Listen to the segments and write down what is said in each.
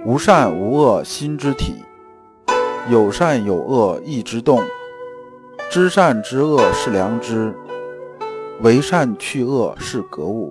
无善无恶心之体，有善有恶意之动。知善知恶是良知，为善去恶是格物。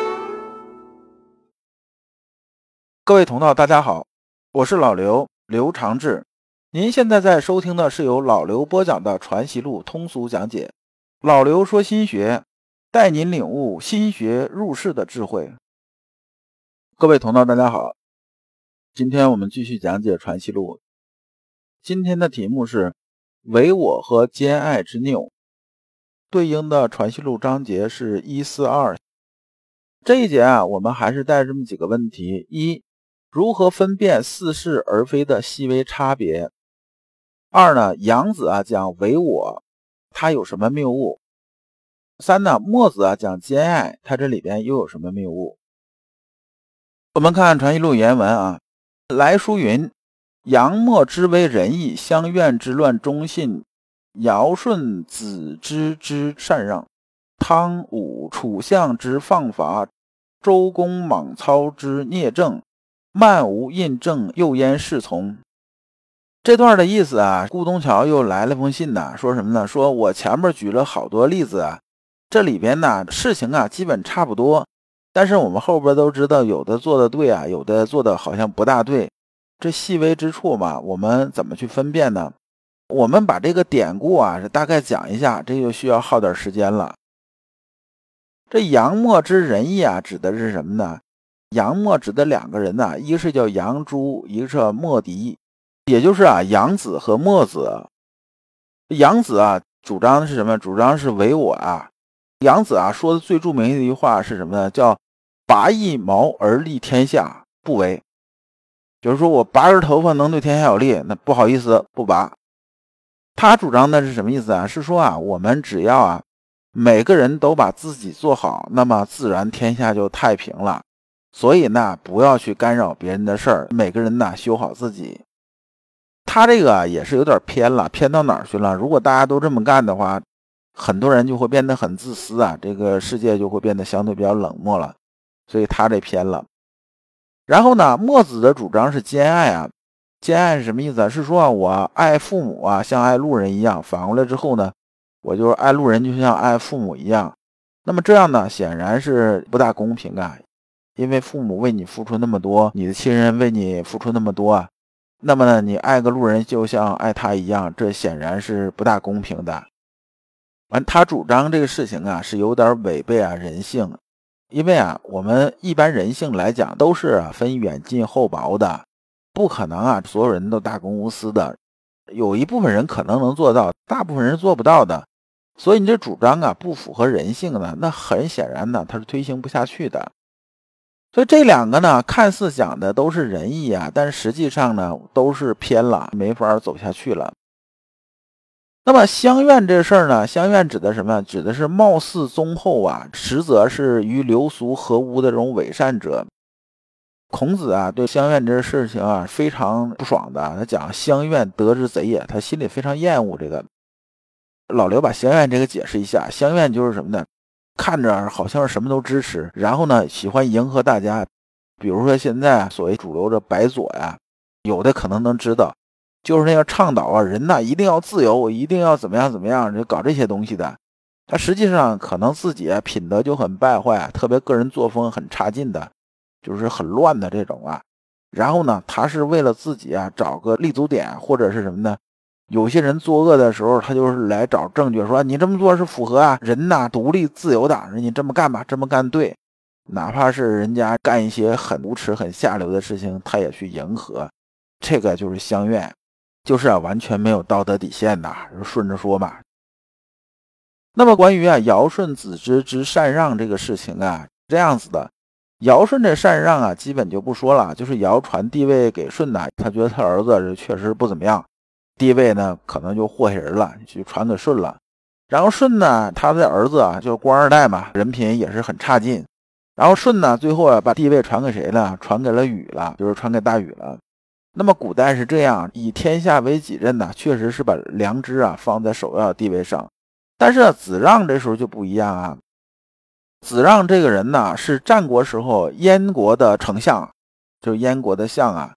各位同道大家好，我是老刘，刘长志。您现在在收听的是由老刘播讲的传习录通俗讲解。老刘说心学，带您领悟心学入世的智慧。各位同道大家好，今天我们继续讲解传习录。今天的题目是唯我和兼爱之拗，对应的传习录章节是142。这一节我们还是带这么几个问题：一、如何分辨似是而非的细微差别；二呢，杨子讲唯我，它有什么谬误；三呢，墨子讲兼爱，它这里边又有什么谬误？我们看传习录原文来书云：杨墨之为仁义，乡愿之乱忠信，尧舜子之之禅让，汤武楚相之放伐，周公莽操之聂政，漫无印证，又焉侍从。这段的意思顾东桥又来了封信说什么呢？说我前面举了好多例子这里边事情基本差不多，但是我们后边都知道，有的做的对有的做的好像不大对。这细微之处嘛，我们怎么去分辨呢？我们把这个典故大概讲一下，这就需要耗点时间了。这杨墨之仁义指的是什么呢？杨墨指的两个人一个是叫杨朱，一个是墨翟，也就是杨子和墨子。杨子主张的是什么？主张是唯我杨子说的最著名的一句话是什么呢？叫拔一毛而利天下，不为。就是说我拔根头发能对天下有利，那不好意思不拔。他主张的是什么意思是说我们只要每个人都把自己做好，那么自然天下就太平了。所以呢，不要去干扰别人的事儿，每个人修好自己。他这个也是有点偏了，偏到哪儿去了？如果大家都这么干的话，很多人就会变得很自私这个世界就会变得相对比较冷漠了。所以他这偏了。然后呢，墨子的主张是兼爱兼爱是什么意思是说我爱父母像爱路人一样，反过来之后呢，我就是爱路人就像爱父母一样。那么这样呢，显然是不大公平因为父母为你付出那么多，你的亲人为你付出那么多那么呢，你爱个路人就像爱他一样，这显然是不大公平的。他主张这个事情是有点违背人性。因为我们一般人性来讲都是分远近厚薄的，不可能所有人都大公无私的，有一部分人可能能做到，大部分人做不到的。所以你这主张不符合人性的，那很显然它是推行不下去的。所以这两个呢，看似讲的都是仁义但是实际上呢都是偏了，没法走下去了。那么乡愿这事儿呢，乡愿指的什么？指的是貌似忠厚实则是与流俗合污的这种伪善者。孔子对乡愿这事情非常不爽的，他讲乡愿得之贼也，他心里非常厌恶这个。老刘把乡愿这个解释一下，乡愿就是什么呢？看着好像是什么都支持，然后呢喜欢迎合大家。比如说现在所谓主流的白左有的可能能知道，就是那个倡导人一定要自由，一定要怎么样怎么样，就搞这些东西的。他实际上可能自己品德就很败坏特别个人作风很差劲的，就是很乱的这种然后呢，他是为了自己找个立足点，或者是什么呢？有些人作恶的时候，他就是来找证据，说你这么做是符合人独立自由的，你这么干吧，这么干对。哪怕是人家干一些很无耻很下流的事情，他也去迎合。这个就是乡愿，就是完全没有道德底线的，顺着说嘛。那么关于尧舜子之之禅让这个事情这样子的。尧舜这禅让基本就不说了，就是尧传帝位给舜他觉得他儿子确实不怎么样，帝位呢可能就祸害人了，就传给舜了。然后舜呢，他的儿子就是官二代嘛，人品也是很差劲。然后舜呢，最后把帝位传给谁了？传给了禹了，就是传给大禹了。那么古代是这样，以天下为己任确实是把良知放在首要的地位上。但是子让这时候就不一样子让这个人是战国时候燕国的丞相，就是燕国的相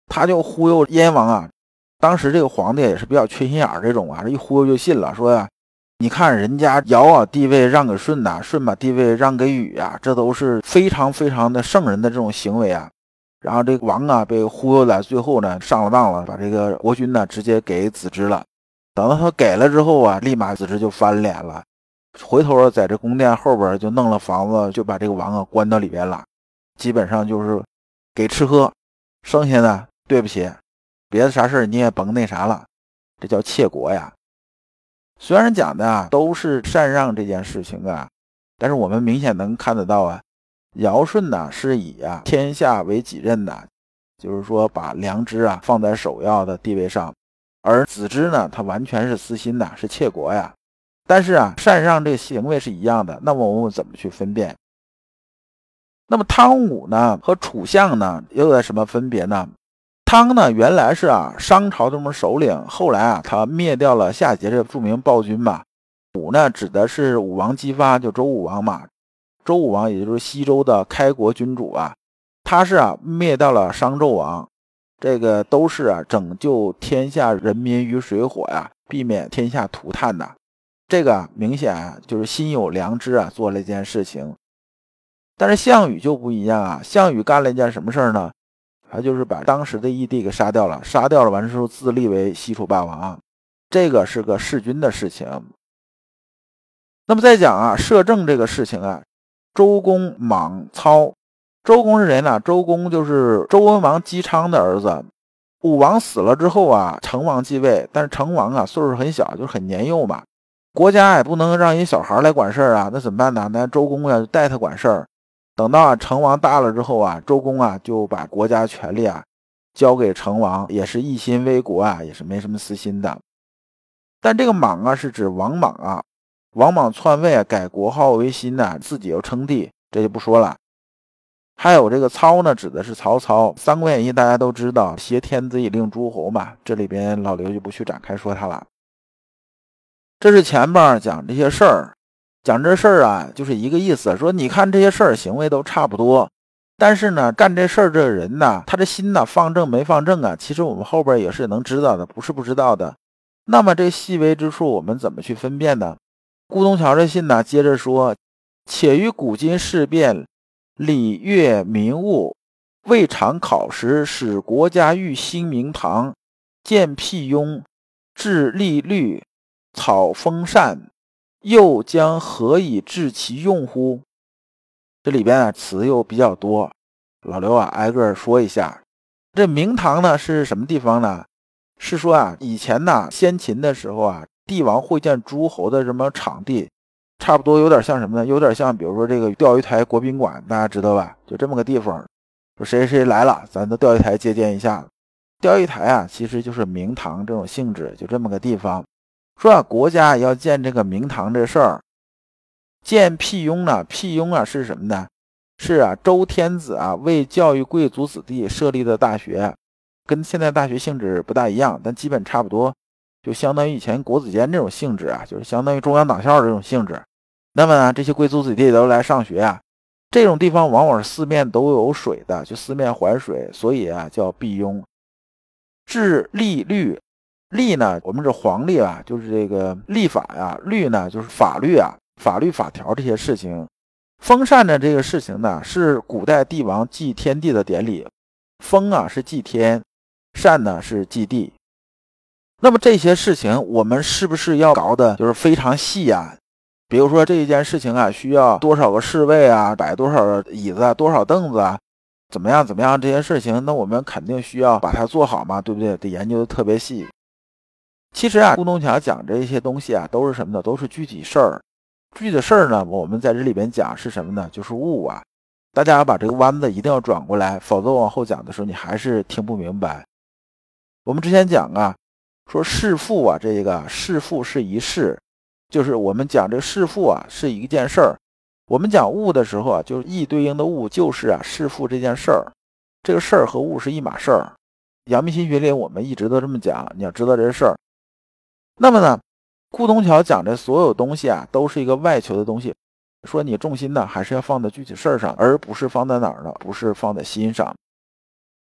他就忽悠燕王啊。当时这个皇帝也是比较缺心眼儿这种啊，一忽悠就信了，说呀，你看人家尧啊地位让给舜呐，舜把地位让给禹啊，这都是非常非常的圣人的这种行为啊。然后这个王啊被忽悠了，最后呢上了当了，把这个国君呢直接给子之了。等到他给了之后啊，立马子之就翻脸了，回头在这宫殿后边就弄了房子，就把这个王啊关到里边了，基本上就是给吃喝，剩下的对不起，别的啥事你也甭那啥了，这叫窃国呀。虽然讲的啊都是禅让这件事情啊，但是我们明显能看得到啊，尧舜呢是以天下为己任的，就是说把良知啊放在首要的地位上，而子之呢他完全是私心的，是窃国呀。但是啊禅让这个行为是一样的，那么我们怎么去分辨？那么汤武呢和楚相呢又有什么分别呢？汤呢原来是商朝这么首领，后来他灭掉了夏桀这著名暴君嘛。武呢指的是武王姬发，就周武王嘛。周武王也就是西周的开国君主啊，他是灭掉了商纣王，这个都是拯救天下人民于水火呀，避免天下涂炭的。这个明显就是心有良知做了一件事情。但是项羽就不一样项羽干了一件什么事呢？他就是把当时的义帝给杀掉了，完之后自立为西楚霸王，这个是个弑君的事情。那么再讲摄政这个事情周公莽操。周公是谁呢？周公就是周文王姬昌的儿子。武王死了之后成王继位，但是成王岁数很小，就是很年幼嘛，国家也不能让一小孩来管事儿那怎么办呢？那周公就带他管事儿。等到成王大了之后周公就把国家权力交给成王，也是一心为国也是没什么私心的。但这个莽是指王莽王莽篡位改国号为新自己又称帝，这就不说了。还有这个操呢，指的是曹操。《三国演义》大家都知道，挟天子以令诸侯嘛，这里边老刘就不去展开说他了。这是前边讲这些事儿，讲这事儿就是一个意思，说你看这些事儿行为都差不多，但是呢，干这事儿这个人他的心放正没放正其实我们后边也是能知道的，不是不知道的。那么这细微之处我们怎么去分辨呢？顾东桥这信接着说，且于古今事变，礼乐民物，未尝考实，使国家欲兴明堂，建辟雍，治利律，草丰善，又将何以治其用乎？这里边词又比较多，老刘挨个说一下。这明堂呢是什么地方呢？是说以前先秦的时候帝王会见诸侯的什么场地，差不多有点像什么呢？有点像比如说这个钓鱼台国宾馆，大家知道吧？就这么个地方，说谁谁来了，咱到钓鱼台接见一下。钓鱼台其实就是明堂这种性质，就这么个地方。说国家要建这个明堂这事儿，建辟雍呢？辟雍是什么呢？是周天子为教育贵族子弟设立的大学，跟现在大学性质不大一样，但基本差不多，就相当于以前国子监这种性质就是相当于中央党校这种性质。那么这些贵族子弟都来上学这种地方往往是四面都有水的，就四面环水，所以叫辟雍。治利律，利呢我们是皇历就是这个立法律呢就是法律法律法条这些事情。封禅的这个事情呢是古代帝王祭天地的典礼，封是祭天，禅呢是祭地。那么这些事情我们是不是要搞的就是非常细比如说这一件事情需要多少个侍卫摆多少椅子多少凳子怎么样这些事情，那我们肯定需要把它做好嘛，对不对？得研究的特别细。其实顾东桥讲这些东西都是什么呢？都是具体事儿。具体的事儿呢，我们在这里边讲是什么呢？就是物大家要把这个弯子一定要转过来，否则往后讲的时候你还是听不明白。我们之前讲说弑父这个弑父是一事，就是我们讲这个弑父是一件事儿。我们讲物的时候就是义对应的物就是弑父这件事儿，这个事儿和物是一码事儿。阳明心学里我们一直都这么讲，你要知道这事儿。那么呢，顾东桥讲这所有东西都是一个外求的东西，说你重心呢还是要放在具体事儿上，而不是放在哪儿呢？不是放在心上。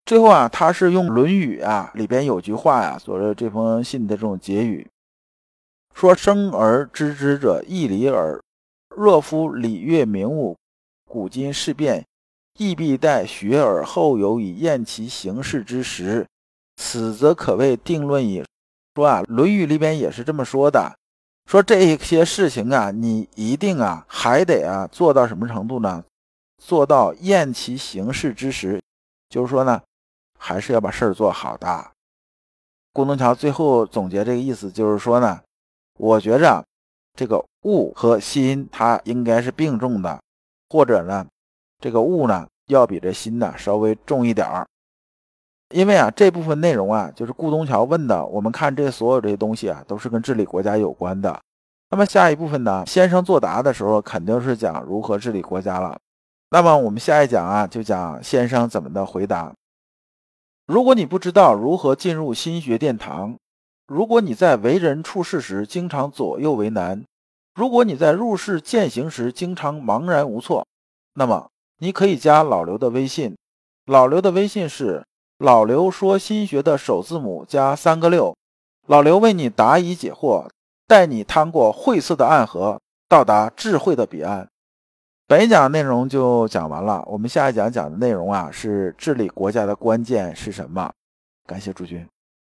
最后啊，他是用《论语》啊里边有句话呀，作为这封信的这种结语，说生而知之者亦礼耳。若夫礼乐名物，古今事变，亦必待学而后有以验其行事之时，此则可谓定论矣。说啊，《论语》里边也是这么说的，说这些事情啊，你一定啊还得啊做到什么程度呢？做到验其行事之时，就是说呢，还是要把事儿做好的。顾东桥最后总结这个意思就是说呢，我觉着这个物和心它应该是并重的，或者呢，这个物呢要比这心呢稍微重一点儿。因为啊这部分内容啊就是顾东桥问的，我们看这所有这些东西啊都是跟治理国家有关的。那么下一部分呢，先生作答的时候肯定是讲如何治理国家了。那么我们下一讲啊就讲先生怎么的回答。如果你不知道如何进入心学殿堂，如果你在为人处事时经常左右为难，如果你在入世践行时经常茫然无措，那么你可以加老刘的微信。老刘的微信是老刘说心学的首字母加3个6。老刘为你答疑解惑，带你趟过晦涩的暗河，到达智慧的彼岸。本一讲内容就讲完了，我们下一讲讲的内容啊是治理国家的关键是什么？感谢诸君。